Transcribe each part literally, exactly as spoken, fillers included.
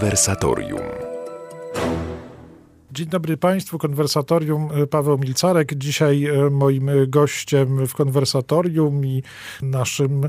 Konwersatorium. Dzień dobry Państwu, Konwersatorium, Paweł Milcarek. Dzisiaj moim gościem w Konwersatorium i naszym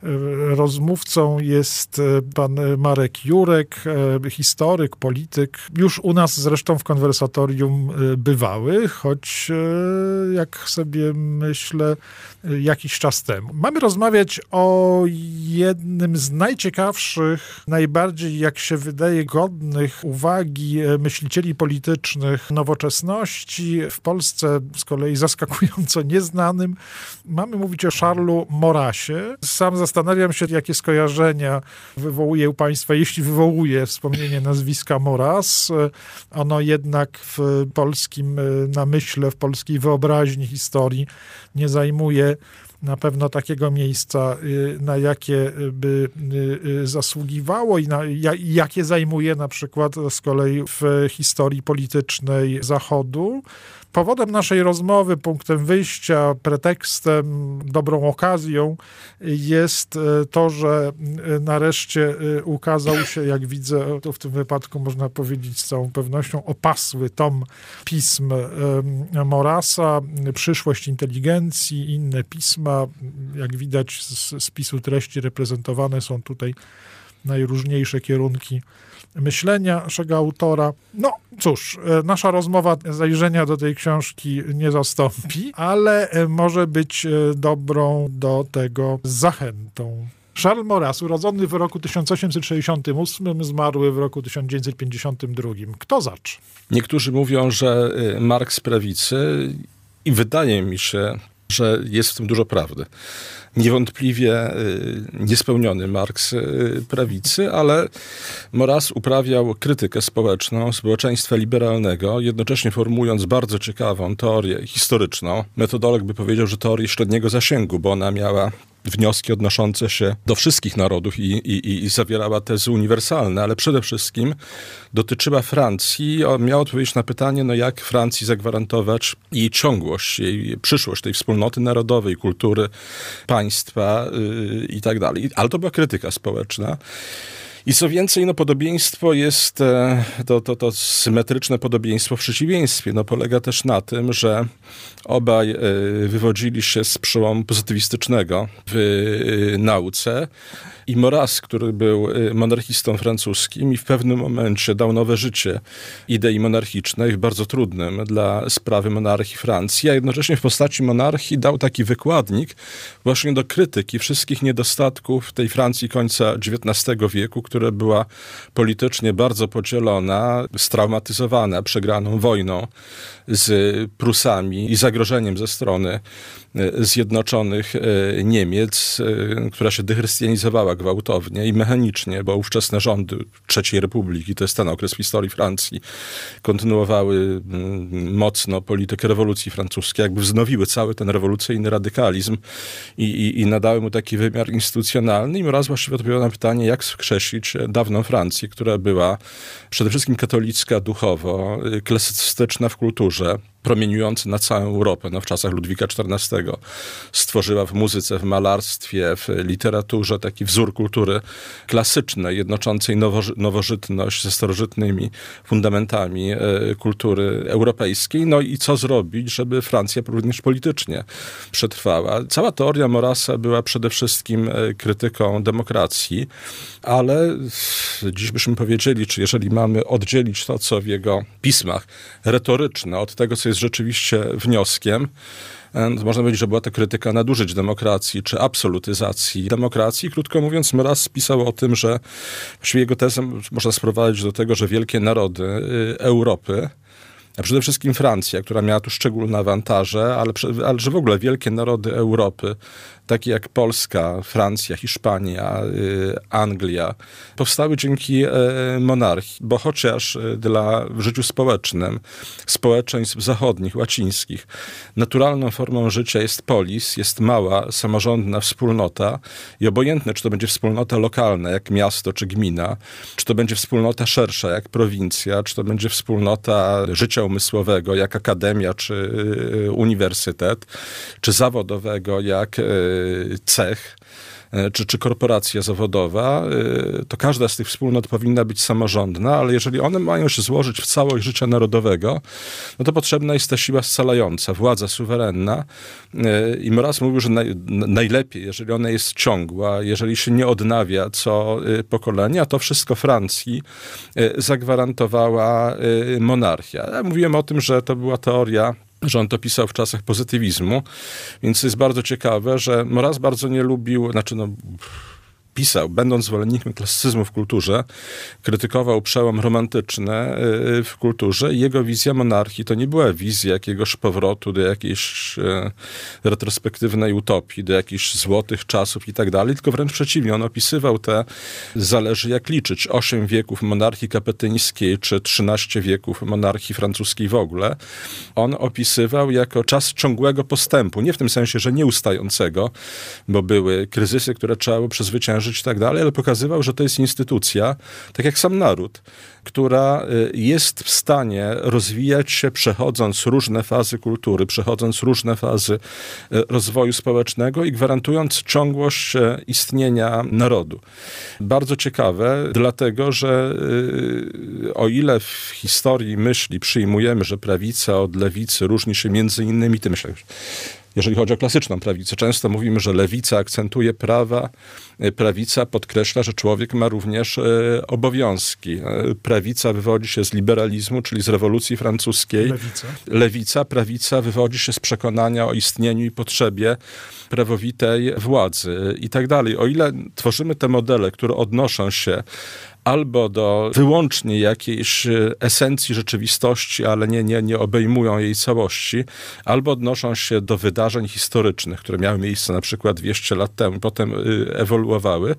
rozmówcą jest pan Marek Jurek, historyk, polityk. Już u nas zresztą w Konwersatorium bywały, choć jak sobie myślę, jakiś czas temu. Mamy rozmawiać o jednym z najciekawszych, najbardziej, jak się wydaje, godnych uwagi myślicieli politycznych nowoczesności, w Polsce z kolei zaskakująco nieznanym. Mamy mówić o Charlesu Maurrasie. Sam zastanawiam się, jakie skojarzenia wywołuje u Państwa, jeśli wywołuje wspomnienie nazwiska Maurras. Ono jednak w polskim namyśle, w polskiej wyobraźni historii nie zajmuje na pewno takiego miejsca, na jakie by zasługiwało i na, jakie zajmuje na przykład z kolei w historii politycznej Zachodu. Powodem naszej rozmowy, punktem wyjścia, pretekstem, dobrą okazją jest to, że nareszcie ukazał się, jak widzę, to w tym wypadku można powiedzieć z całą pewnością, opasły tom pism Maurrasa, Przyszłość inteligencji, inne pisma. Jak widać z spisu treści reprezentowane są tutaj najróżniejsze kierunki myślenia naszego autora. No cóż, nasza rozmowa zajrzenia do tej książki nie zastąpi, ale może być dobrą do tego zachętą. Charles Maurras, urodzony w roku tysiąc osiemset sześćdziesiątym ósmym, zmarły w roku tysiąc dziewięćset pięćdziesiątym drugim. Kto zacz? Niektórzy mówią, że Marks prawicy i wydaje mi się, że jest w tym dużo prawdy. Niewątpliwie niespełniony Marks prawicy, ale Maurras uprawiał krytykę społeczną społeczeństwa liberalnego, jednocześnie formułując bardzo ciekawą teorię historyczną. Metodolog by powiedział, że teorię średniego zasięgu, bo ona miała wnioski odnoszące się do wszystkich narodów i, i, i zawierała tezy uniwersalne, ale przede wszystkim dotyczyła Francji. Miała odpowiedzieć na pytanie, no jak Francji zagwarantować jej ciągłość, jej przyszłość tej wspólnoty narodowej, kultury, państwa yy, i tak dalej. Ale to była krytyka społeczna. I co więcej, no podobieństwo jest, to, to, to symetryczne podobieństwo w przeciwieństwie, no polega też na tym, że obaj wywodzili się z przełomu pozytywistycznego w nauce i Maurras, który był monarchistą francuskim i w pewnym momencie dał nowe życie idei monarchicznej w bardzo trudnym dla sprawy monarchii Francji, a jednocześnie w postaci monarchii dał taki wykładnik właśnie do krytyki wszystkich niedostatków tej Francji końca dziewiętnastego wieku, która była politycznie bardzo podzielona, straumatyzowana przegraną wojną z Prusami i zagrożeniem ze strony Zjednoczonych Niemiec, która się dechrystianizowała gwałtownie i mechanicznie, bo ówczesne rządy trzeciej Republiki, to jest ten okres w historii Francji, kontynuowały mocno politykę rewolucji francuskiej, jakby wznowiły cały ten rewolucyjny radykalizm i, i, i nadały mu taki wymiar instytucjonalny i Maurras właściwie odpowiedział na pytanie, jak skrzesić dawną Francję, która była przede wszystkim katolicka duchowo, klasycystyczna w kulturze, promieniujący na całą Europę, no w czasach Ludwika czternastego. Stworzyła w muzyce, w malarstwie, w literaturze taki wzór kultury klasycznej, jednoczącej nowoży- nowożytność ze starożytnymi fundamentami e, kultury europejskiej. No i co zrobić, żeby Francja również politycznie przetrwała. Cała teoria Maurrasa była przede wszystkim e, krytyką demokracji, ale dziś byśmy powiedzieli, czy jeżeli mamy oddzielić to, co w jego pismach retoryczne od tego, co jest rzeczywiście wnioskiem, można powiedzieć, że była to krytyka nadużyć demokracji, czy absolutyzacji demokracji. Krótko mówiąc, Maurras pisał o tym, że właściwie jego tezę można sprowadzić do tego, że wielkie narody Europy, a przede wszystkim Francja, która miała tu szczególne awantaże, ale, ale że w ogóle wielkie narody Europy, takie jak Polska, Francja, Hiszpania, Anglia, powstały dzięki monarchii, bo chociaż dla w życiu społecznym społeczeństw zachodnich, łacińskich, naturalną formą życia jest polis, jest mała, samorządna wspólnota i obojętne, czy to będzie wspólnota lokalna, jak miasto czy gmina, czy to będzie wspólnota szersza, jak prowincja, czy to będzie wspólnota życia umysłowego, jak akademia czy uniwersytet, czy zawodowego, jak cech, czy, czy korporacja zawodowa, to każda z tych wspólnot powinna być samorządna, ale jeżeli one mają się złożyć w całość życia narodowego, no to potrzebna jest ta siła scalająca, władza suwerenna. I Maurras mówił, że naj, najlepiej, jeżeli ona jest ciągła, jeżeli się nie odnawia co pokolenia, to wszystko Francji zagwarantowała monarchia. Ja mówiłem o tym, że to była teoria, że on to pisał w czasach pozytywizmu, więc jest bardzo ciekawe, że Maurras bardzo nie lubił, znaczy no... pisał, będąc zwolennikiem klasycyzmu w kulturze, krytykował przełom romantyczny w kulturze i jego wizja monarchii to nie była wizja jakiegoś powrotu do jakiejś retrospektywnej utopii, do jakichś złotych czasów i tak dalej, tylko wręcz przeciwnie. On opisywał te, zależy jak liczyć, osiem wieków monarchii kapetyńskiej, czy trzynaście wieków monarchii francuskiej w ogóle. On opisywał jako czas ciągłego postępu. Nie w tym sensie, że nieustającego, bo były kryzysy, które trzeba było przezwyciężyć i tak dalej, ale pokazywał, że to jest instytucja, tak jak sam naród, która jest w stanie rozwijać się, przechodząc różne fazy kultury, przechodząc różne fazy rozwoju społecznego i gwarantując ciągłość istnienia narodu. Bardzo ciekawe, dlatego, że o ile w historii myśli przyjmujemy, że prawica od lewicy różni się między innymi tym, że jeżeli chodzi o klasyczną prawicę, często mówimy, że lewica akcentuje prawa, prawica podkreśla, że człowiek ma również e, obowiązki. Prawica wywodzi się z liberalizmu, czyli z rewolucji francuskiej. Lewica. Lewica, prawica wywodzi się z przekonania o istnieniu i potrzebie prawowitej władzy i tak dalej. O ile tworzymy te modele, które odnoszą się albo do wyłącznie jakiejś esencji rzeczywistości, ale nie, nie, nie obejmują jej całości, albo odnoszą się do wydarzeń historycznych, które miały miejsce na przykład dwieście lat temu i potem ewoluowały.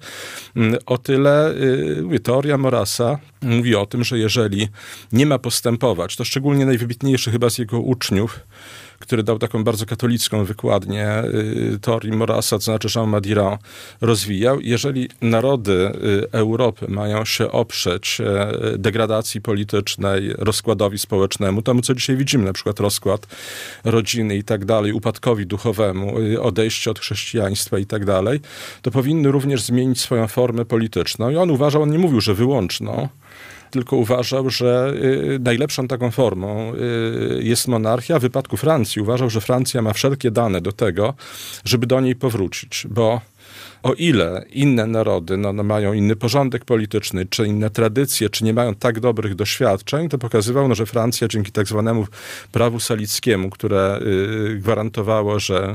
O tyle mówię, teoria Maurrasa mówi o tym, że jeżeli nie ma postępować, to szczególnie najwybitniejszy chyba z jego uczniów, który dał taką bardzo katolicką wykładnię y, teorii Maurrasa, to znaczy Jean Madiran rozwijał. Jeżeli narody y, Europy mają się oprzeć y, degradacji politycznej, rozkładowi społecznemu, temu co dzisiaj widzimy, na przykład rozkład rodziny i tak dalej, upadkowi duchowemu, y, odejście od chrześcijaństwa i tak dalej, to powinny również zmienić swoją formę polityczną. I on uważał, on nie mówił, że wyłączną, tylko uważał, że y, najlepszą taką formą y, jest monarchia. W wypadku Francji uważał, że Francja ma wszelkie dane do tego, żeby do niej powrócić, bo o ile inne narody no, no mają inny porządek polityczny, czy inne tradycje, czy nie mają tak dobrych doświadczeń, to pokazywał, no, że Francja dzięki tak zwanemu prawu salickiemu, które y, gwarantowało, że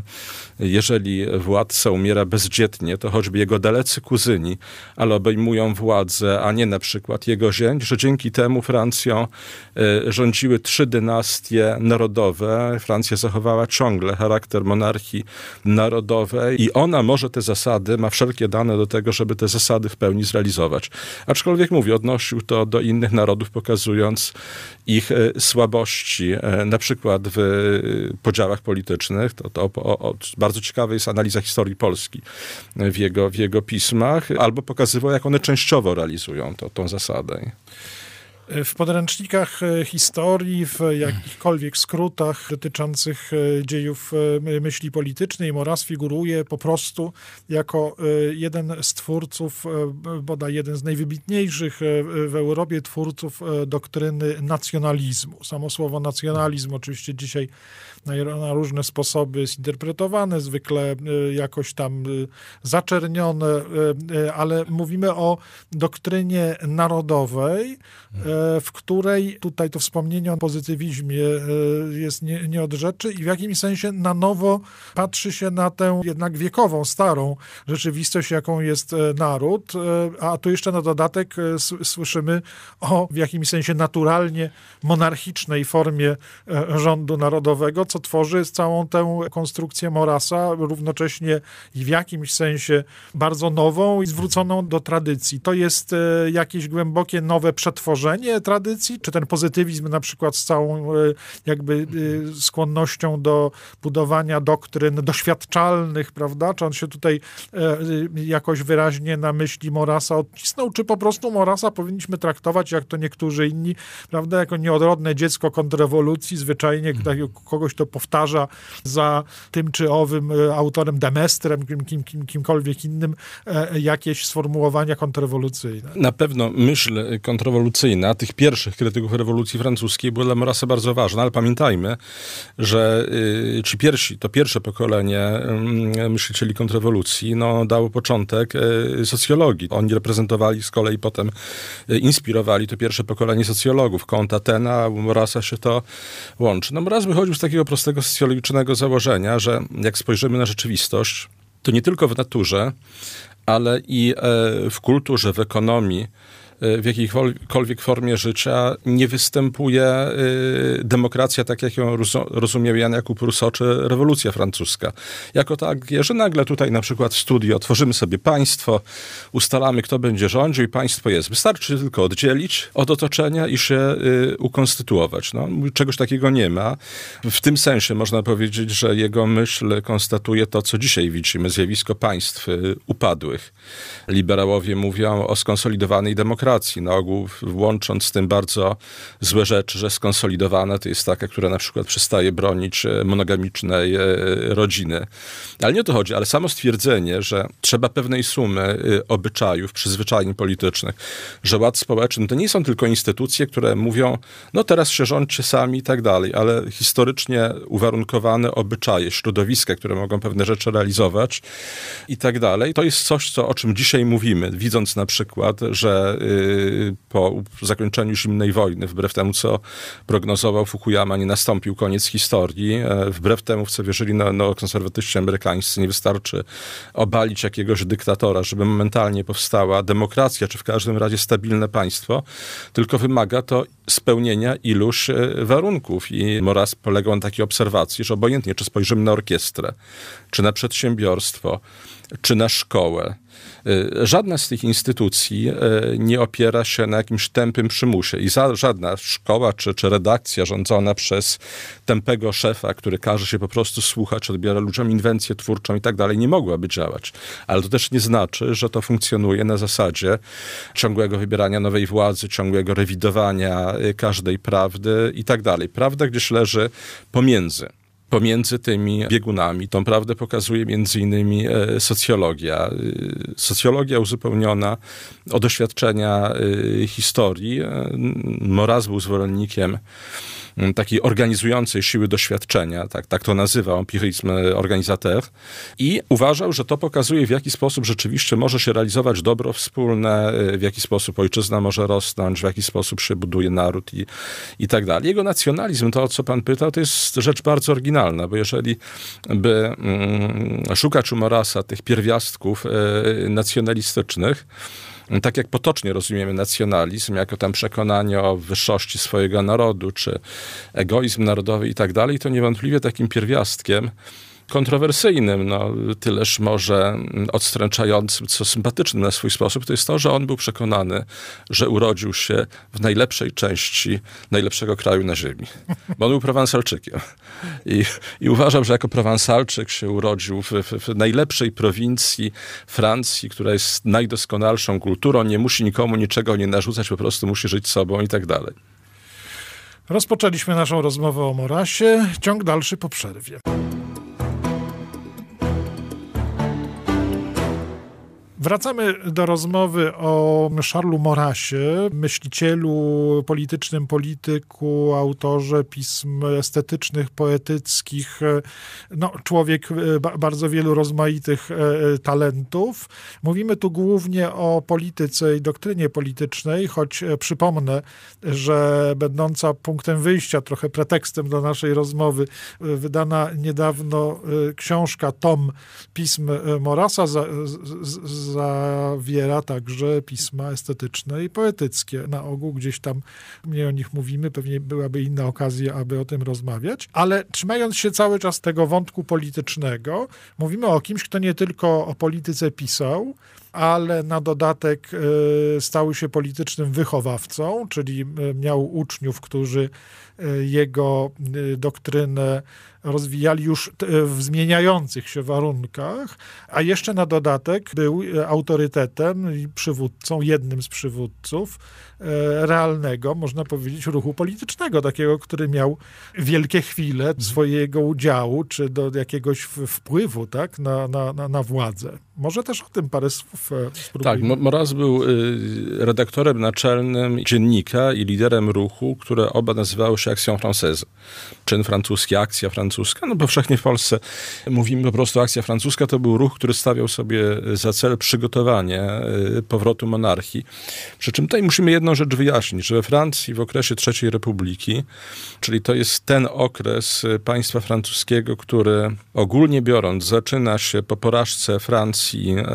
jeżeli władca umiera bezdzietnie, to choćby jego dalecy kuzyni, ale obejmują władzę, a nie na przykład jego zięć, że dzięki temu Francją y, rządziły trzy dynastie narodowe. Francja zachowała ciągle charakter monarchii narodowej i ona może te zasady, ma wszelkie dane do tego, żeby te zasady w pełni zrealizować. Aczkolwiek, mówię, odnosił to do innych narodów, pokazując ich e, słabości, e, na przykład w e, podziałach politycznych. To, to o, o, bardzo ciekawa jest analiza historii Polski w jego, w jego pismach, albo pokazywał, jak one częściowo realizują to, tą zasadę. W podręcznikach historii, w jakichkolwiek skrótach dotyczących dziejów myśli politycznej Maurras figuruje po prostu jako jeden z twórców, bodaj jeden z najwybitniejszych w Europie twórców doktryny nacjonalizmu. Samo słowo nacjonalizm oczywiście dzisiaj na różne sposoby jest interpretowane, zwykle jakoś tam zaczernione, ale mówimy o doktrynie narodowej, w której tutaj to wspomnienie o pozytywizmie jest nie, nie od rzeczy i w jakimś sensie na nowo patrzy się na tę jednak wiekową, starą rzeczywistość, jaką jest naród, a tu jeszcze na dodatek słyszymy o w jakimś sensie naturalnie monarchicznej formie rządu narodowego, co tworzy całą tę konstrukcję Maurrasa, równocześnie i w jakimś sensie bardzo nową i zwróconą do tradycji. To jest jakieś głębokie, nowe przetworzenie, odrzucenie tradycji, czy ten pozytywizm na przykład z całą jakby skłonnością do budowania doktryn doświadczalnych, prawda? Czy on się tutaj jakoś wyraźnie na myśli Maurrasa odcisnął, czy po prostu Maurrasa powinniśmy traktować, jak to niektórzy inni, prawda, jako nieodrodne dziecko kontrrewolucji, zwyczajnie kogoś to powtarza za tym czy owym autorem, Demestrem, kim, kim, kim, kimkolwiek innym, jakieś sformułowania kontrrewolucyjne. Na pewno myśl kontrrewolucyjna tych pierwszych krytyków rewolucji francuskiej była dla Maurrasa bardzo ważna, ale pamiętajmy, że y, ci pierwsi, to pierwsze pokolenie y, myślicieli kontrrewolucji, no, dało początek y, socjologii. Oni reprezentowali z kolei potem, y, inspirowali to pierwsze pokolenie socjologów. Comte, Attena, u Maurrasa się to łączy. No, Maurras wychodził z takiego prostego socjologicznego założenia, że jak spojrzymy na rzeczywistość, to nie tylko w naturze, ale i w kulturze, w ekonomii, w jakiejkolwiek formie życia nie występuje demokracja tak, jak ją rozumiał Jan Jakub Rousseau czy rewolucja francuska. Jako tak, że nagle tutaj na przykład w studio tworzymy sobie państwo, ustalamy, kto będzie rządził i państwo jest. Wystarczy się tylko oddzielić od otoczenia i się ukonstytuować. No, czegoś takiego nie ma. W tym sensie można powiedzieć, że jego myśl konstatuje to, co dzisiaj widzimy, zjawisko państw upadłych. Liberałowie mówią o skonsolidowanej demokracji. Na ogół łącząc z tym bardzo złe rzeczy, że skonsolidowana to jest taka, która na przykład przestaje bronić monogamicznej rodziny. Ale nie o to chodzi, ale samo stwierdzenie, że trzeba pewnej sumy obyczajów, przyzwyczajeń politycznych, że ład społeczny to nie są tylko instytucje, które mówią, no teraz się rządźcie sami i tak dalej, ale historycznie uwarunkowane obyczaje, środowiska, które mogą pewne rzeczy realizować i tak dalej. To jest coś, co, o czym dzisiaj mówimy, widząc na przykład, że po zakończeniu zimnej wojny, wbrew temu, co prognozował Fukuyama, nie nastąpił koniec historii. Wbrew temu, w co wierzyli neokonserwatyści amerykańscy, nie wystarczy obalić jakiegoś dyktatora, żeby momentalnie powstała demokracja, czy w każdym razie stabilne państwo, tylko wymaga to spełnienia iluś warunków. I Maurras polegał na takiej obserwacji, że obojętnie, czy spojrzymy na orkiestrę, czy na przedsiębiorstwo, czy na szkołę, żadna z tych instytucji nie opiera się na jakimś tępym przymusie i za, żadna szkoła czy, czy redakcja rządzona przez tępego szefa, który każe się po prostu słuchać, odbiera ludziom inwencję twórczą i tak dalej, nie mogłaby działać. Ale to też nie znaczy, że to funkcjonuje na zasadzie ciągłego wybierania nowej władzy, ciągłego rewidowania każdej prawdy i tak dalej. Prawda gdzieś leży pomiędzy. Pomiędzy tymi biegunami. Tą prawdę pokazuje między innymi socjologia. Socjologia uzupełniona o doświadczenia historii. Maurras był zwolennikiem takiej organizującej siły doświadczenia, tak, tak to nazywał, empiryzm organizateur, i uważał, że to pokazuje, w jaki sposób rzeczywiście może się realizować dobro wspólne, w jaki sposób ojczyzna może rosnąć, w jaki sposób się buduje naród i, i tak dalej. Jego nacjonalizm, to o co pan pytał, to jest rzecz bardzo oryginalna, bo jeżeli by mm, szukać u Maurrasa tych pierwiastków e, nacjonalistycznych, tak jak potocznie rozumiemy nacjonalizm, jako tam przekonanie o wyższości swojego narodu, czy egoizm narodowy i tak dalej, to niewątpliwie takim pierwiastkiem kontrowersyjnym, no tyleż może odstręczającym, co sympatycznym na swój sposób, to jest to, że on był przekonany, że urodził się w najlepszej części najlepszego kraju na ziemi. Bo on był Prowansalczykiem. I, i uważał, że jako Prowansalczyk się urodził w, w, w najlepszej prowincji Francji, która jest najdoskonalszą kulturą, nie musi nikomu niczego nie narzucać, po prostu musi żyć sobą i tak dalej. Rozpoczęliśmy naszą rozmowę o Maurrasie. Ciąg dalszy po przerwie. Wracamy do rozmowy o Charlesu Maurrasie, myślicielu politycznym, polityku, autorze pism estetycznych, poetyckich. No, człowiek bardzo wielu rozmaitych talentów. Mówimy tu głównie o polityce i doktrynie politycznej, choć przypomnę, że będąca punktem wyjścia, trochę pretekstem do naszej rozmowy, wydana niedawno książka, tom pism Maurrasa, za, z, zawiera także pisma estetyczne i poetyckie. Na ogół gdzieś tam mniej o nich mówimy, pewnie byłaby inna okazja, aby o tym rozmawiać, ale trzymając się cały czas tego wątku politycznego, mówimy o kimś, kto nie tylko o polityce pisał, ale na dodatek stał się politycznym wychowawcą, czyli miał uczniów, którzy jego doktrynę rozwijali już w zmieniających się warunkach, a jeszcze na dodatek był autorytetem i przywódcą, jednym z przywódców realnego, można powiedzieć, ruchu politycznego, takiego, który miał wielkie chwile swojego udziału, czy do jakiegoś wpływu, tak, na, na, na, na władzę. Może też o tym parę słów spróbujmy. Tak, Maurras był redaktorem naczelnym dziennika i liderem ruchu, które oba nazywały się Action Française. Czyn francuski, akcja francuska. No powszechnie w Polsce mówimy po prostu akcja francuska. To był ruch, który stawiał sobie za cel przygotowanie powrotu monarchii. Przy czym tutaj musimy jedną rzecz wyjaśnić, że we Francji w okresie trzeciej Republiki, czyli to jest ten okres państwa francuskiego, który ogólnie biorąc zaczyna się po porażce Francji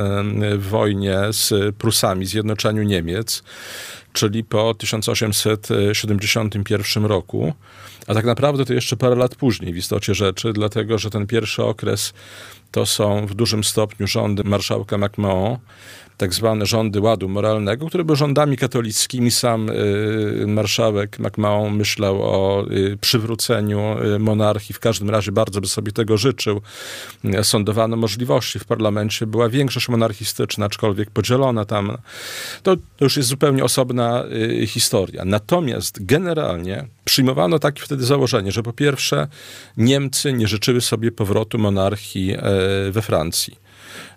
w wojnie z Prusami, zjednoczeniu Niemiec, czyli po tysiąc osiemset siedemdziesiątym pierwszym roku, a tak naprawdę to jeszcze parę lat później w istocie rzeczy, dlatego że ten pierwszy okres to są w dużym stopniu rządy marszałka MacMahon, tak zwane rządy ładu moralnego, które były rządami katolickimi. Sam y, marszałek MacMahon myślał o y, przywróceniu y, monarchii. W każdym razie bardzo by sobie tego życzył. Y, sondowano możliwości. W parlamencie była większość monarchistyczna, aczkolwiek podzielona tam. To, to już jest zupełnie osobna y, historia. Natomiast generalnie przyjmowano takie wtedy założenie, że po pierwsze Niemcy nie życzyły sobie powrotu monarchii y, we Francji.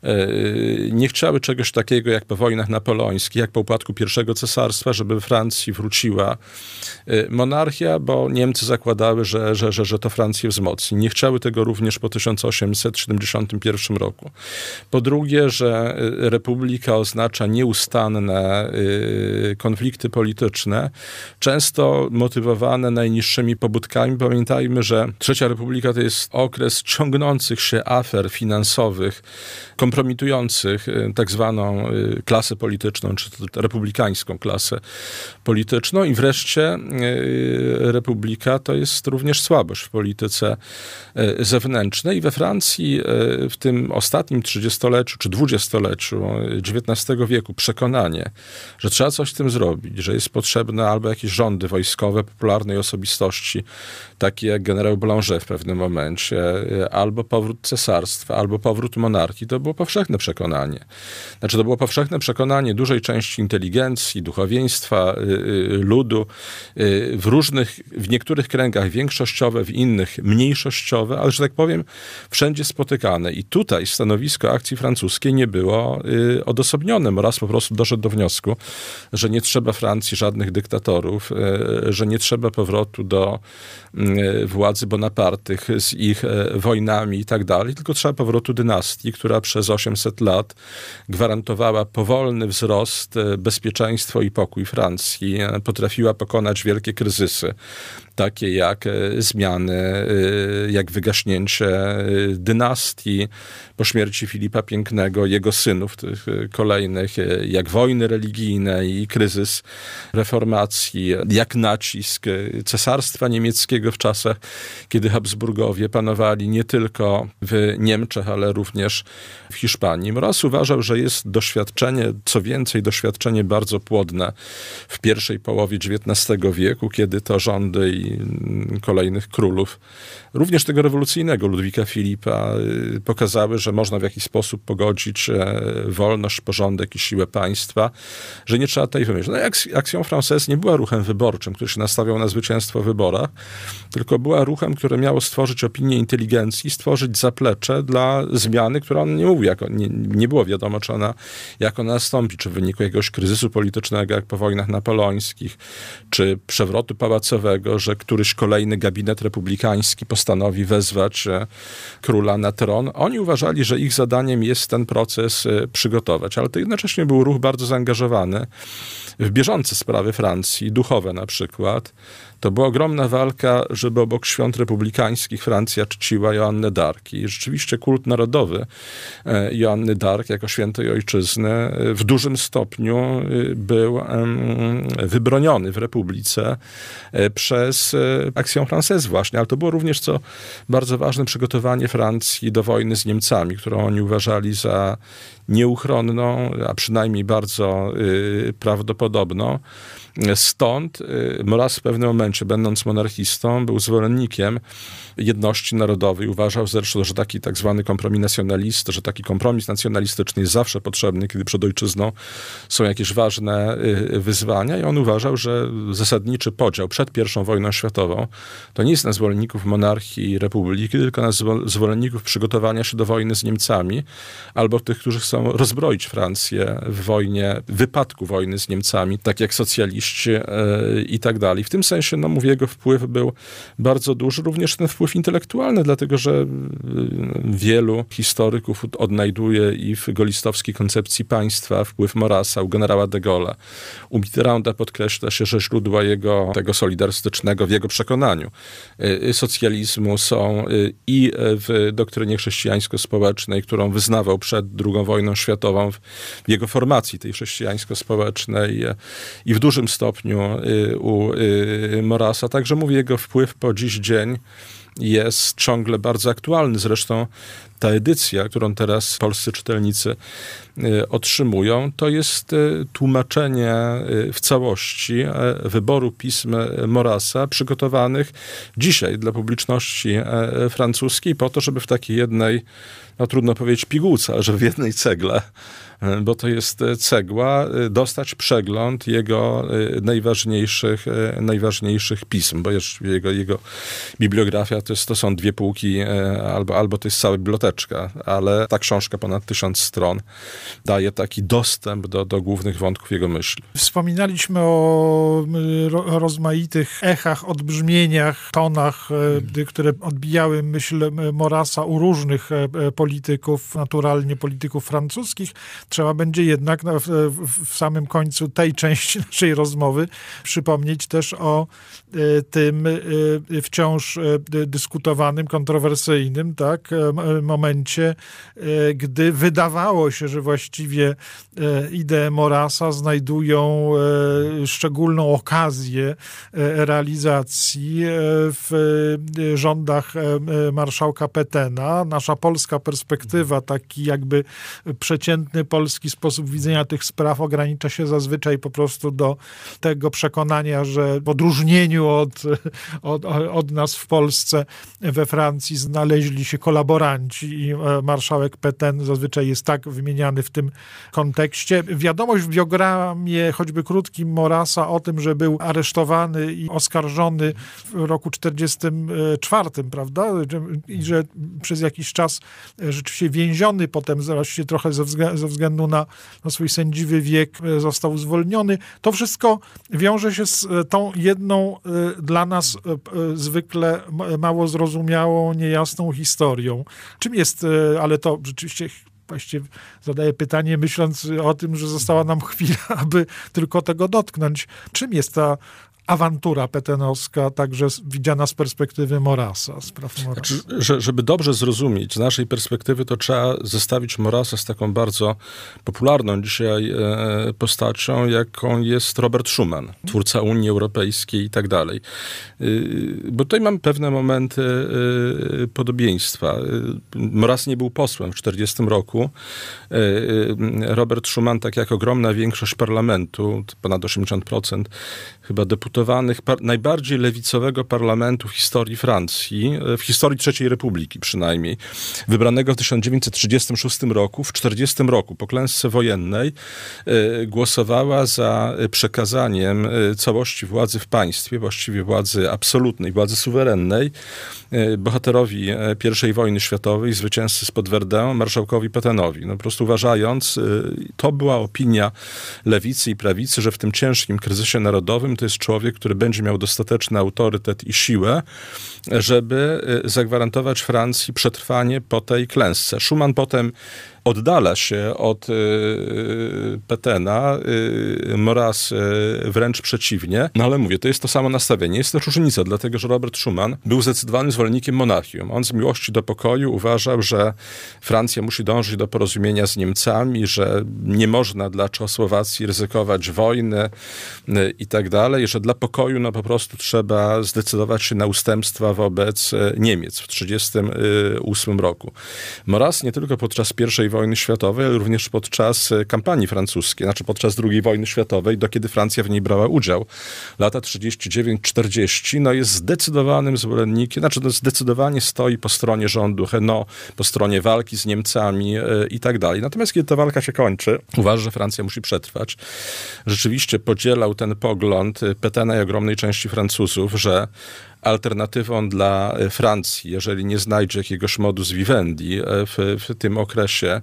Nie chciały czegoś takiego jak po wojnach napoleońskich, jak po upadku pierwszego cesarstwa, żeby we Francji wróciła monarchia, bo Niemcy zakładały, że, że, że, że to Francję wzmocni. Nie chciały tego również po tysiąc osiemset siedemdziesiątym pierwszym roku. Po drugie, że republika oznacza nieustanne konflikty polityczne, często motywowane najniższymi pobudkami. Pamiętajmy, że Trzecia Republika to jest okres ciągnących się afer finansowych, kompromitujących tak zwaną klasę polityczną, czy republikańską klasę polityczną i wreszcie republika to jest również słabość w polityce zewnętrznej. I we Francji w tym ostatnim trzydziestoleciu czy dwudziestoleciu dziewiętnastego wieku przekonanie, że trzeba coś z tym zrobić, że jest potrzebne albo jakieś rządy wojskowe popularnej osobistości, takie jak generał Boulanger w pewnym momencie, albo powrót cesarstwa, albo powrót monarchii, to było powszechne przekonanie. Znaczy to było powszechne przekonanie dużej części inteligencji, duchowieństwa, ludu, w różnych, w niektórych kręgach większościowe, w innych mniejszościowe, ale że tak powiem wszędzie spotykane. I tutaj stanowisko akcji francuskiej nie było odosobnione. Maurras po prostu doszedł do wniosku, że nie trzeba Francji żadnych dyktatorów, że nie trzeba powrotu do władzy Bonapartych z ich wojnami i tak dalej, tylko trzeba powrotu dynastii, która przez osiemset lat gwarantowała powolny wzrost, bezpieczeństwo i pokój Francji. Potrafiła pokonać wielkie kryzysy, takie jak zmiany, jak wygaśnięcie dynastii po śmierci Filipa Pięknego, jego synów tych kolejnych, jak wojny religijne i kryzys reformacji, jak nacisk cesarstwa niemieckiego w czasach, kiedy Habsburgowie panowali nie tylko w Niemczech, ale również w Hiszpanii. Maurras uważał, że jest doświadczenie, co więcej, doświadczenie bardzo płodne w pierwszej połowie dziewiętnastego wieku, kiedy to rządy i kolejnych królów, również tego rewolucyjnego Ludwika Filipa, pokazały, że można w jakiś sposób pogodzić wolność, porządek i siłę państwa, że nie trzeba tej wymyśleć. No, Action Française nie była ruchem wyborczym, który się nastawiał na zwycięstwo w wyborach, tylko była ruchem, które miało stworzyć opinię inteligencji, stworzyć zaplecze dla zmiany, która on nie mówił, jako, nie, nie było wiadomo, czy ona, jak ona nastąpi, czy w wyniku jakiegoś kryzysu politycznego, jak po wojnach napoleońskich, czy przewrotu pałacowego, że któryś kolejny gabinet republikański postanowi wezwać króla na tron. Oni uważali, że ich zadaniem jest ten proces przygotować, ale to jednocześnie był ruch bardzo zaangażowany w bieżące sprawy Francji, duchowe na przykład. To była ogromna walka, żeby obok świąt republikańskich Francja czciła Joannę d'Arc. I rzeczywiście kult narodowy Joanny d'Arc jako świętej ojczyzny w dużym stopniu był wybroniony w Republice przez Action Française właśnie, ale to było również, co bardzo ważne, przygotowanie Francji do wojny z Niemcami, którą oni uważali za nieuchronną, a przynajmniej bardzo y, prawdopodobną. Stąd y, Maurras w pewnym momencie, będąc monarchistą, był zwolennikiem jedności narodowej. Uważał zresztą, że taki tak zwany kompromis nacjonalist, że taki kompromis nacjonalistyczny jest zawsze potrzebny, kiedy przed ojczyzną są jakieś ważne y, wyzwania, i on uważał, że zasadniczy podział przed pierwszą wojną światową to nie jest na zwolenników monarchii i republiki, tylko na zwolenników przygotowania się do wojny z Niemcami, albo tych, którzy chcą rozbroić Francję w wojnie, w wypadku wojny z Niemcami, tak jak socjaliści i tak dalej. W tym sensie, no mówię, jego wpływ był bardzo duży, również ten wpływ intelektualny, dlatego że wielu historyków odnajduje i w gaullistowskiej koncepcji państwa wpływ Maurrasa, u generała de Gaulle'a. U Mitterranda podkreśla się, że źródła jego, tego solidarystycznego, w jego przekonaniu, socjalizmu są i w doktrynie chrześcijańsko-społecznej, którą wyznawał przed drugą wojną światową, w jego formacji tej chrześcijańsko-społecznej, i w dużym stopniu u Maurrasa. Także mówię, jego wpływ po dziś dzień jest ciągle bardzo aktualny. Zresztą ta edycja, którą teraz polscy czytelnicy otrzymują, to jest tłumaczenie w całości wyboru pism Maurrasa, przygotowanych dzisiaj dla publiczności francuskiej, po to, żeby w takiej jednej, no trudno powiedzieć pigułce, ale żeby w jednej cegle, bo to jest cegła, dostać przegląd jego najważniejszych, najważniejszych pism, bo jego, jego bibliografia to, jest, to są dwie półki, albo, albo to jest cała biblioteczka, ale ta książka ponad tysiąc stron daje taki dostęp do, do głównych wątków jego myśli. Wspominaliśmy o rozmaitych echach, odbrzmieniach, tonach, hmm. które odbijały myśl Maurrasa u różnych polityków, naturalnie polityków francuskich. Trzeba będzie jednak w, w samym końcu tej części naszej rozmowy przypomnieć też o tym wciąż dyskutowanym, kontrowersyjnym, tak, momencie, gdy wydawało się, że właściwie idee Maurrasa znajdują szczególną okazję realizacji w rządach marszałka Pétaina. Nasza polska perspektywa, taki jakby przeciętny polski sposób widzenia tych spraw ogranicza się zazwyczaj po prostu do tego przekonania, że w odróżnieniu od, od, od nas w Polsce, we Francji znaleźli się kolaboranci i marszałek Pétain zazwyczaj jest tak wymieniany w tym kontekście. Wiadomość w biogramie, choćby krótkim, Maurrasa o tym, że był aresztowany i oskarżony w roku czterdziestym czwartym, prawda? I że przez jakiś czas rzeczywiście więziony, potem zresztą trochę ze względu, ze względu na, na swój sędziwy wiek został zwolniony. To wszystko wiąże się z tą jedną dla nas zwykle mało zrozumiałą, niejasną historią. Czym jest, ale to rzeczywiście właściwie zadaję pytanie, myśląc o tym, że została nam chwila, aby tylko tego dotknąć. Czym jest ta awantura petenowska, także widziana z perspektywy Maurrasa, spraw Maurrasa? Znaczy, że, żeby dobrze zrozumieć z naszej perspektywy, to trzeba zestawić Maurrasa z taką bardzo popularną dzisiaj e, postacią, jaką jest Robert Schuman, twórca Unii Europejskiej i tak dalej. E, bo tutaj mam pewne momenty e, podobieństwa. E, Maurras nie był posłem w czterdziestym roku. E, Robert Schuman, tak jak ogromna większość parlamentu, ponad osiemdziesiąt procent chyba deputowanych, par- najbardziej lewicowego parlamentu w historii Francji, w historii trzeciej Republiki przynajmniej, wybranego w tysiąc dziewięćset trzydziestym szóstym roku, w czterdziestym roku, po klęsce wojennej, y, głosowała za przekazaniem y, całości władzy w państwie, właściwie władzy absolutnej, władzy suwerennej, y, bohaterowi y, pierwszej wojny światowej, zwycięzcy spod Verdun, marszałkowi Pétainowi. No, po prostu uważając, y, to była opinia lewicy i prawicy, że w tym ciężkim kryzysie narodowym to jest człowiek, który będzie miał dostateczny autorytet i siłę, żeby zagwarantować Francji przetrwanie po tej klęsce. Schuman potem oddala się od Pétaina, Maurras wręcz przeciwnie. No ale mówię, to jest to samo nastawienie. Jest też różnica, dlatego że Robert Schuman był zdecydowanym zwolennikiem monarchium. On z miłości do pokoju uważał, że Francja musi dążyć do porozumienia z Niemcami, że nie można dla Czechosłowacji ryzykować wojny i tak dalej, że dla pokoju no po prostu trzeba zdecydować się na ustępstwa wobec Niemiec w tysiąc dziewięćset trzydziestym ósmym roku. Maurras nie tylko podczas pierwszej wojny światowej, ale również podczas kampanii francuskiej, znaczy podczas drugiej wojny światowej, do kiedy Francja w niej brała udział, lata trzydziesty dziewiąty czterdziesty, no jest zdecydowanym zwolennikiem, znaczy no zdecydowanie stoi po stronie rządu Hainaut, po stronie walki z Niemcami i tak dalej. Natomiast kiedy ta walka się kończy, uważa, że Francja musi przetrwać. Rzeczywiście podzielał ten pogląd Pétaina i ogromnej części Francuzów, że alternatywą dla Francji, jeżeli nie znajdzie jakiegoś modus vivendi w, w tym okresie,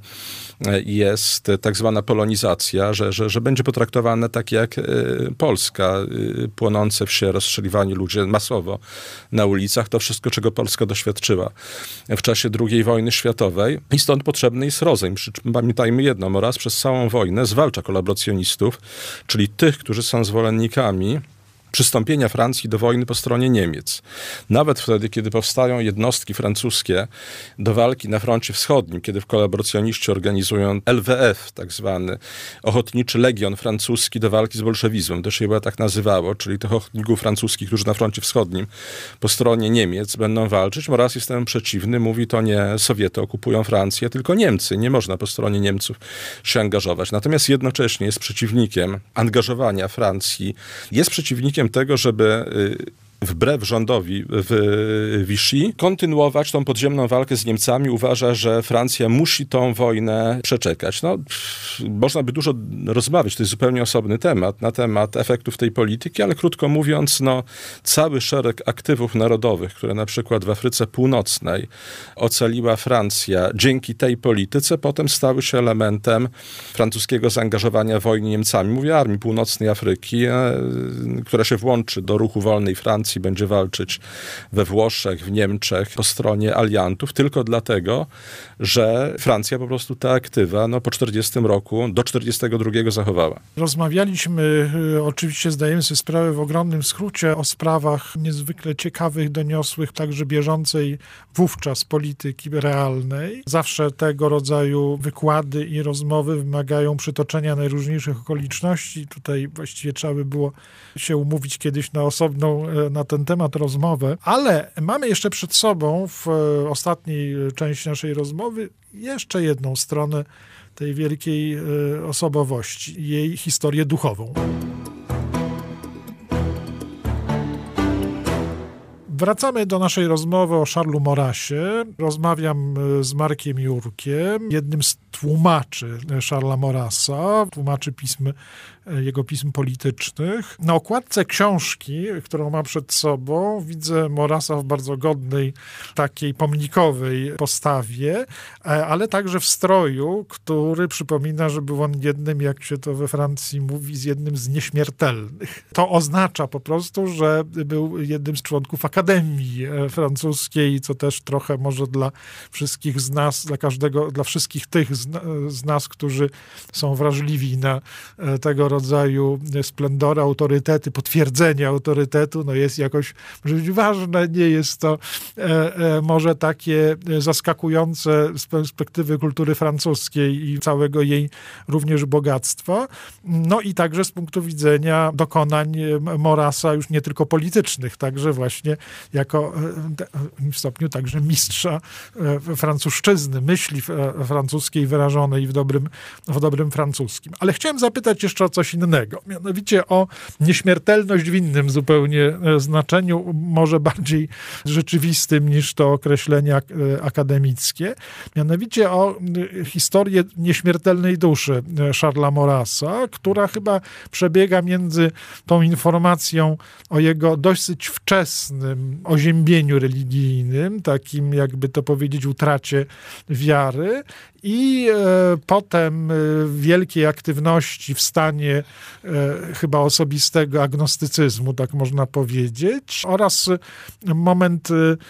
jest tak zwana polonizacja, że, że, że będzie potraktowane tak jak Polska, płonące wsie, rozstrzeliwani ludzie masowo na ulicach, to wszystko, czego Polska doświadczyła w czasie drugiej wojny światowej. I stąd potrzebny jest rozejm. Pamiętajmy jedno, Maurras przez całą wojnę zwalcza kolaboracjonistów, czyli tych, którzy są zwolennikami przystąpienia Francji do wojny po stronie Niemiec. Nawet wtedy, kiedy powstają jednostki francuskie do walki na froncie wschodnim, kiedy w kolaboracjoniści organizują L W F, tak zwany Ochotniczy Legion Francuski do walki z bolszewizmem, to się chyba tak nazywało, czyli tych ochotników francuskich, którzy na froncie wschodnim po stronie Niemiec będą walczyć. Maurras jest temu przeciwny, mówi, to nie Sowiety okupują Francję, tylko Niemcy. Nie można po stronie Niemców się angażować. Natomiast jednocześnie jest przeciwnikiem angażowania Francji, jest przeciwnikiem tego, żeby wbrew rządowi w Vichy kontynuować tą podziemną walkę z Niemcami. Uważa, że Francja musi tą wojnę przeczekać. No, można by dużo rozmawiać, to jest zupełnie osobny temat, na temat efektów tej polityki, ale krótko mówiąc, no, cały szereg aktywów narodowych, które na przykład w Afryce Północnej ocaliła Francja dzięki tej polityce, potem stały się elementem francuskiego zaangażowania w wojnie Niemcami. Mówię Armii Północnej Afryki, która się włączy do ruchu wolnej Francji, będzie walczyć we Włoszech, w Niemczech po stronie aliantów, tylko dlatego, że Francja po prostu te aktywa no, po czterdziestym roku do czterdziestego drugiego zachowała. Rozmawialiśmy, oczywiście zdajemy sobie sprawę w ogromnym skrócie o sprawach niezwykle ciekawych, doniosłych, także bieżącej wówczas polityki realnej. Zawsze tego rodzaju wykłady i rozmowy wymagają przytoczenia najróżniejszych okoliczności. Tutaj właściwie trzeba by było się umówić kiedyś na osobną na ten temat rozmowę, ale mamy jeszcze przed sobą w ostatniej części naszej rozmowy jeszcze jedną stronę tej wielkiej osobowości, jej historię duchową. Wracamy do naszej rozmowy o Charlesu Maurrasie. Rozmawiam z Markiem Jurkiem, jednym z tłumaczy Charlesa Maurrasa, tłumaczy pism, jego pism politycznych. Na okładce książki, którą mam przed sobą, widzę Maurrasa w bardzo godnej, takiej pomnikowej postawie, ale także w stroju, który przypomina, że był on jednym, jak się to we Francji mówi, z jednym z nieśmiertelnych. To oznacza po prostu, że był jednym z członków Akademii Francuskiej, co też trochę może dla wszystkich z nas, dla każdego, dla wszystkich tych z, z nas, którzy są wrażliwi na tego rodzaju splendory, autorytety, potwierdzenie autorytetu, no jest jakoś może być ważne, nie jest to e, e, może takie zaskakujące z perspektywy kultury francuskiej i całego jej również bogactwa. No i także z punktu widzenia dokonań Maurrasa już nie tylko politycznych, także właśnie jako w stopniu także mistrza francuszczyzny, myśli francuskiej wyrażonej w dobrym, w dobrym francuskim. Ale chciałem zapytać jeszcze o coś innego, mianowicie o nieśmiertelność w innym zupełnie znaczeniu, może bardziej rzeczywistym niż to określenie akademickie, mianowicie o historię nieśmiertelnej duszy Charlesa Maurrasa, która chyba przebiega między tą informacją o jego dosyć wczesnym oziębieniu religijnym, takim jakby to powiedzieć utracie wiary, i e, potem e, wielkiej aktywności w stanie stanie e, chyba osobistego agnostycyzmu, tak można powiedzieć, oraz moment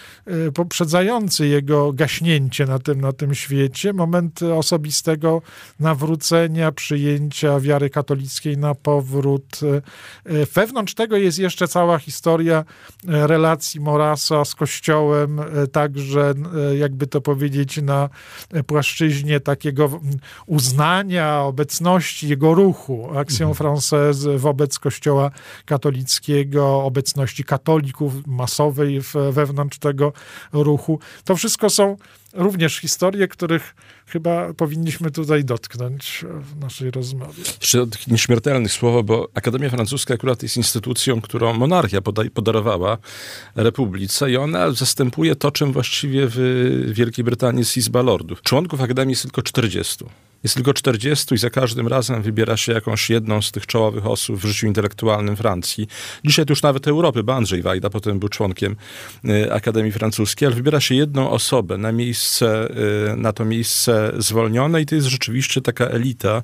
e, poprzedzający jego gaśnięcie na tym, na tym świecie, moment osobistego nawrócenia, przyjęcia wiary katolickiej na powrót. E, wewnątrz tego jest jeszcze cała historia relacji Morasa z Kościołem, e, także e, jakby to powiedzieć na płaszczyźnie takiego uznania, obecności jego ruchu, Action Française wobec Kościoła katolickiego, obecności katolików masowej w, wewnątrz tego ruchu. To wszystko są również historie, których chyba powinniśmy tutaj dotknąć w naszej rozmowie. Jeszcze od nieśmiertelnych słowo, bo Akademia Francuska akurat jest instytucją, którą monarchia podarowała republice i ona zastępuje to, czym właściwie w Wielkiej Brytanii jest Izba Lordów. Członków Akademii jest tylko czterdziestu. Jest tylko czterdziestu i za każdym razem wybiera się jakąś jedną z tych czołowych osób w życiu intelektualnym Francji. Dzisiaj to już nawet Europy, bo Andrzej Wajda potem był członkiem y, Akademii Francuskiej, ale wybiera się jedną osobę na miejsce, y, na to miejsce zwolnione i to jest rzeczywiście taka elita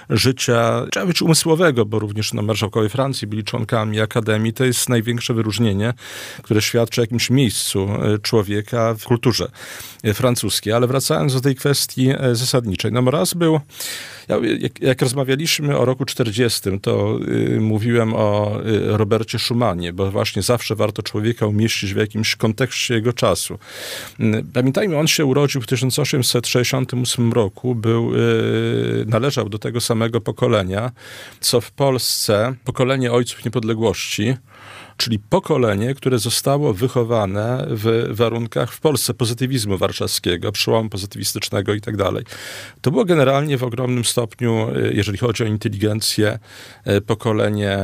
życia, trzeba być umysłowego, bo również no, marszałkowie Francji byli członkami Akademii. To jest największe wyróżnienie, które świadczy o jakimś miejscu y, człowieka w kulturze y, francuskiej. Ale wracając do tej kwestii y, zasadniczej. No Maurras był Był, ja, jak, jak rozmawialiśmy o roku czterdziestym, to y, mówiłem o y, Robercie Schumanie, bo właśnie zawsze warto człowieka umieścić w jakimś kontekście jego czasu. Y, pamiętajmy, on się urodził w tysiąc osiemset sześćdziesiątym ósmym roku, był, y, należał do tego samego pokolenia, co w Polsce pokolenie ojców niepodległości, czyli pokolenie, które zostało wychowane w warunkach w Polsce pozytywizmu warszawskiego, przełomu pozytywistycznego i tak dalej. To było generalnie w ogromnym stopniu, jeżeli chodzi o inteligencję, pokolenie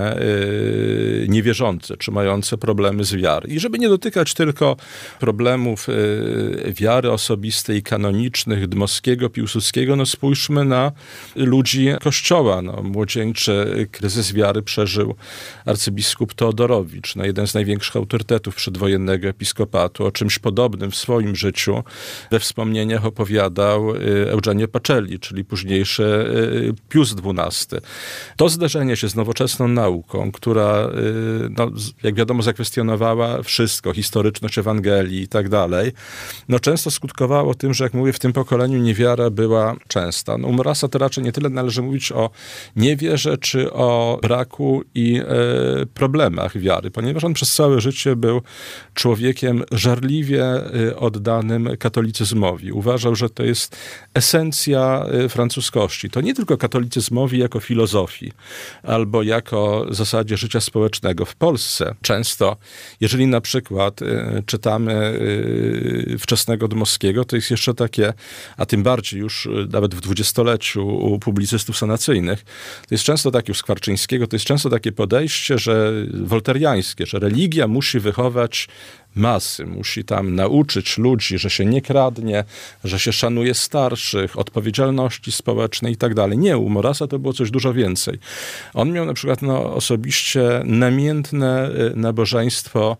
niewierzące, czy mające problemy z wiary. I żeby nie dotykać tylko problemów wiary osobistej i kanonicznych Dmowskiego, Piłsudskiego, no spójrzmy na ludzi Kościoła. No, młodzieńczy kryzys wiary przeżył arcybiskup Teodorowicz, no jeden z największych autorytetów przedwojennego episkopatu. O czymś podobnym w swoim życiu we wspomnieniach opowiadał Eugenio Pacelli, czyli późniejszy Pius dwunasty. To zderzenie się z nowoczesną nauką, która, no, jak wiadomo, zakwestionowała wszystko, historyczność Ewangelii i tak dalej, no często skutkowało tym, że jak mówię, w tym pokoleniu niewiara była częsta. No, u Maurrasa to raczej nie tyle należy mówić o niewierze, czy o braku i e, problemach wiary, ponieważ on przez całe życie był człowiekiem żarliwie oddanym katolicyzmowi. Uważał, że to jest esencja francuskości. To nie tylko katolicyzmowi jako filozofii, albo jako zasadzie życia społecznego. W Polsce często, jeżeli na przykład czytamy wczesnego Dmowskiego, to jest jeszcze takie, a tym bardziej już nawet w dwudziestoleciu u publicystów sanacyjnych, to jest często takie u Skwarczyńskiego, to jest często takie podejście, że wolteriańskie, że religia musi wychować masy, musi tam nauczyć ludzi, że się nie kradnie, że się szanuje starszych, odpowiedzialności społecznej i tak dalej. Nie, u Maurrasa to było coś dużo więcej. On miał na przykład no, osobiście namiętne nabożeństwo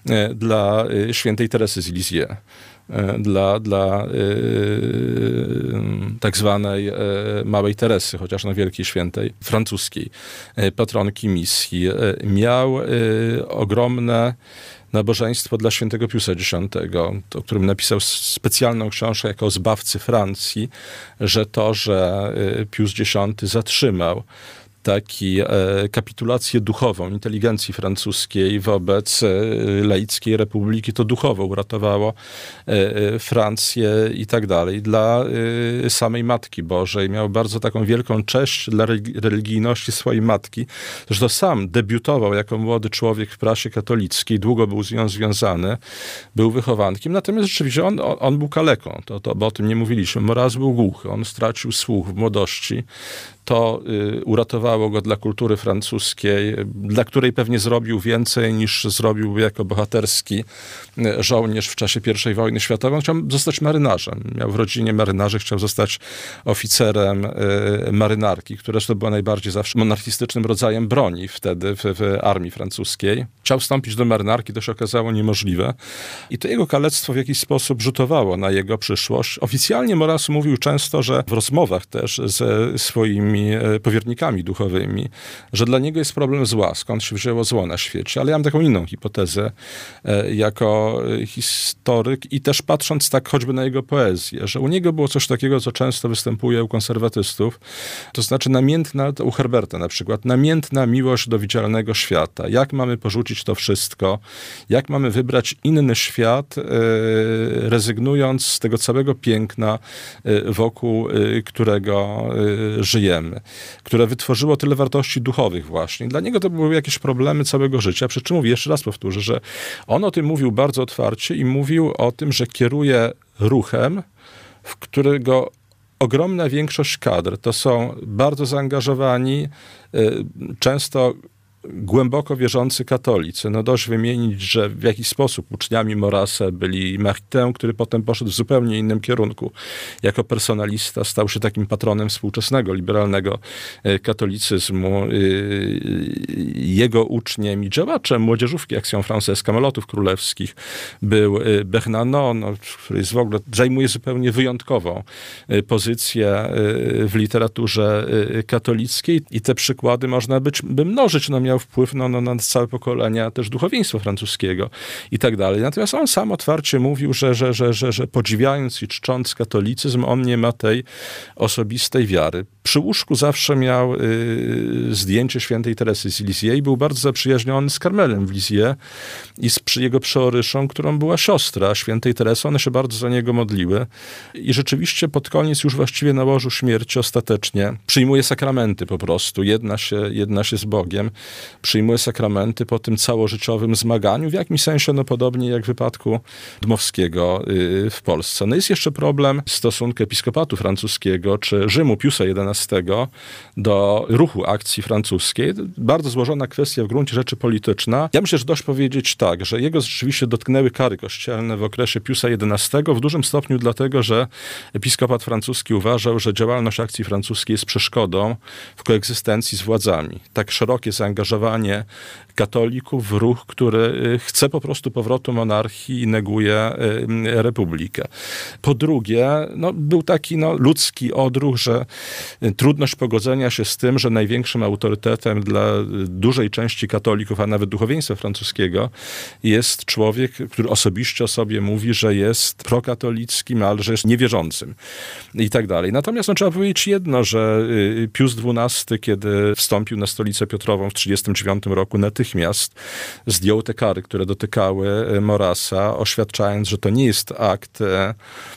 dla świętej Teresy z Lisieux. Dla, dla yy, tak zwanej yy, Małej Teresy, chociaż no Wielkiej Świętej francuskiej, yy, patronki misji. Yy, miał yy, ogromne nabożeństwo dla świętego Piusa Dziesiątego, o którym napisał specjalną książkę jako o zbawcy Francji, że to, że yy, Pius Dziesiąty zatrzymał taki e, kapitulację duchową inteligencji francuskiej wobec e, laickiej republiki, to duchowo uratowało e, Francję i tak dalej. Dla e, samej Matki Bożej miał bardzo taką wielką cześć dla religijności swojej matki, że to sam debiutował jako młody człowiek w prasie katolickiej, długo był z nią związany, był wychowankiem, natomiast rzeczywiście on, on, on był kaleką, to, to, bo o tym nie mówiliśmy. Maurras był głuchy, on stracił słuch w młodości. To y, uratowało go dla kultury francuskiej, dla której pewnie zrobił więcej niż zrobił jako bohaterski y, żołnierz w czasie pierwszej wojny światowej. On chciał zostać marynarzem. Miał w rodzinie marynarzy, chciał zostać oficerem y, marynarki, która to była najbardziej zawsze monarchistycznym rodzajem broni wtedy w, w armii francuskiej. Chciał wstąpić do marynarki, to się okazało niemożliwe. I to jego kalectwo w jakiś sposób rzutowało na jego przyszłość. Oficjalnie Maurras mówił często, że w rozmowach też ze swoimi swoimi powiernikami duchowymi, że dla niego jest problem zła, skąd się wzięło zło na świecie. Ale ja mam taką inną hipotezę jako historyk i też patrząc tak choćby na jego poezję, że u niego było coś takiego, co często występuje u konserwatystów, to znaczy namiętna, to u Herberta na przykład, namiętna miłość do widzialnego świata. Jak mamy porzucić to wszystko? Jak mamy wybrać inny świat, rezygnując z tego całego piękna, wokół którego żyjemy, które wytworzyło tyle wartości duchowych właśnie. Dla niego to były jakieś problemy całego życia. Przy czym mówię, jeszcze raz powtórzę, że on o tym mówił bardzo otwarcie i mówił o tym, że kieruje ruchem, w którego ogromna większość kadr to są bardzo zaangażowani, często głęboko wierzący katolicy. No dość wymienić, że w jakiś sposób uczniami Maurrasa byli Maritain, który potem poszedł w zupełnie innym kierunku. Jako personalista stał się takim patronem współczesnego, liberalnego katolicyzmu. Jego uczniem i działaczem młodzieżówki Action Française, Kamelotów Królewskich był Bernanos, no, który jest w ogóle, zajmuje zupełnie wyjątkową pozycję w literaturze katolickiej i te przykłady można być, by mnożyć. No, miał wpływ no, no, na całe pokolenia też duchowieństwa francuskiego i tak dalej. Natomiast on sam otwarcie mówił, że, że, że, że, że podziwiając i czcząc katolicyzm, on nie ma tej osobistej wiary. Przy łóżku zawsze miał y, zdjęcie świętej Teresy z Lisieux i był bardzo zaprzyjaźniony z Karmelem w Lisieux i z przy jego przeoryszą, którą była siostra świętej Teresy. One się bardzo za niego modliły i rzeczywiście pod koniec już właściwie na łożu śmierci ostatecznie przyjmuje sakramenty po prostu. Jedna się, jedna się z Bogiem. Przyjmuje sakramenty po tym całożyciowym zmaganiu, w jakimś sensie no podobnie jak w wypadku Dmowskiego y, w Polsce. No jest jeszcze problem stosunku episkopatu francuskiego czy Rzymu Piusa jedenastego do ruchu akcji francuskiej. Bardzo złożona kwestia w gruncie rzeczy polityczna. Ja myślę, że dość powiedzieć tak, że jego rzeczywiście dotknęły kary kościelne w okresie Piusa jedenastego w dużym stopniu dlatego, że episkopat francuski uważał, że działalność akcji francuskiej jest przeszkodą w koegzystencji z władzami. Tak szerokie zaangażowanie katolików w ruch, który chce po prostu powrotu monarchii i neguje republikę. Po drugie, no, był taki no, ludzki odruch, że trudność pogodzenia się z tym, że największym autorytetem dla dużej części katolików, a nawet duchowieństwa francuskiego jest człowiek, który osobiście o sobie mówi, że jest prokatolickim, ale że jest niewierzącym i tak dalej. Natomiast no, trzeba powiedzieć jedno, że Pius dwunasty, kiedy wstąpił na stolicę Piotrową w tysiąc dziewięćset trzydziestym dziewiątym roku, natychmiast zdjął te kary, które dotykały Maurrasa, oświadczając, że to nie jest akt e,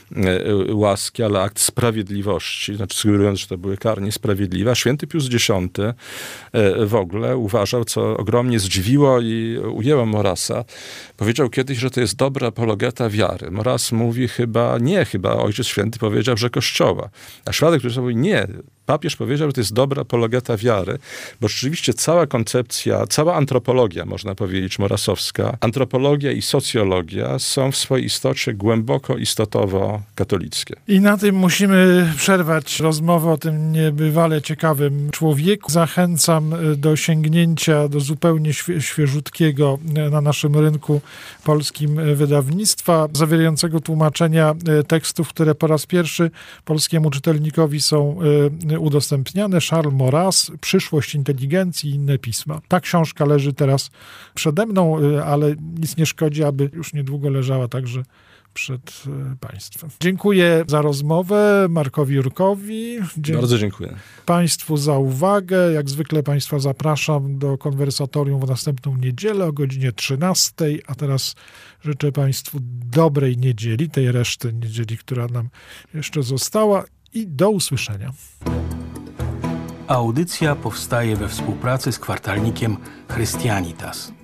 e, łaski, ale akt sprawiedliwości, znaczy sugerując, że to były kary niesprawiedliwe. A święty Pius dziesiąty e, w ogóle uważał, co ogromnie zdziwiło i ujęło Maurrasa. Powiedział kiedyś, że to jest dobra apologeta wiary. Maurras mówi chyba, nie, chyba Ojciec Święty powiedział, że Kościoła. A świadek, który mówi, nie, papież powiedział, że to jest dobra apologeta wiary, bo rzeczywiście cała koncepcja, cała antropologia, można powiedzieć, maurrasowska, antropologia i socjologia są w swojej istocie głęboko istotowo katolickie. I na tym musimy przerwać rozmowę o tym niebywale ciekawym człowieku. Zachęcam do sięgnięcia do zupełnie świe- świeżutkiego na naszym rynku polskim wydawnictwa, zawierającego tłumaczenia tekstów, które po raz pierwszy polskiemu czytelnikowi są udostępniane. Charles Maurras, Przyszłość inteligencji i inne pisma. Ta książka leży teraz przede mną, ale nic nie szkodzi, aby już niedługo leżała także przed Państwem. Dziękuję za rozmowę Markowi Jurkowi. Dzie- Bardzo dziękuję Państwu za uwagę. Jak zwykle Państwa zapraszam do konwersatorium w następną niedzielę o godzinie trzynastej, a teraz życzę Państwu dobrej niedzieli, tej reszty niedzieli, która nam jeszcze została, i do usłyszenia. Audycja powstaje we współpracy z kwartalnikiem Christianitas.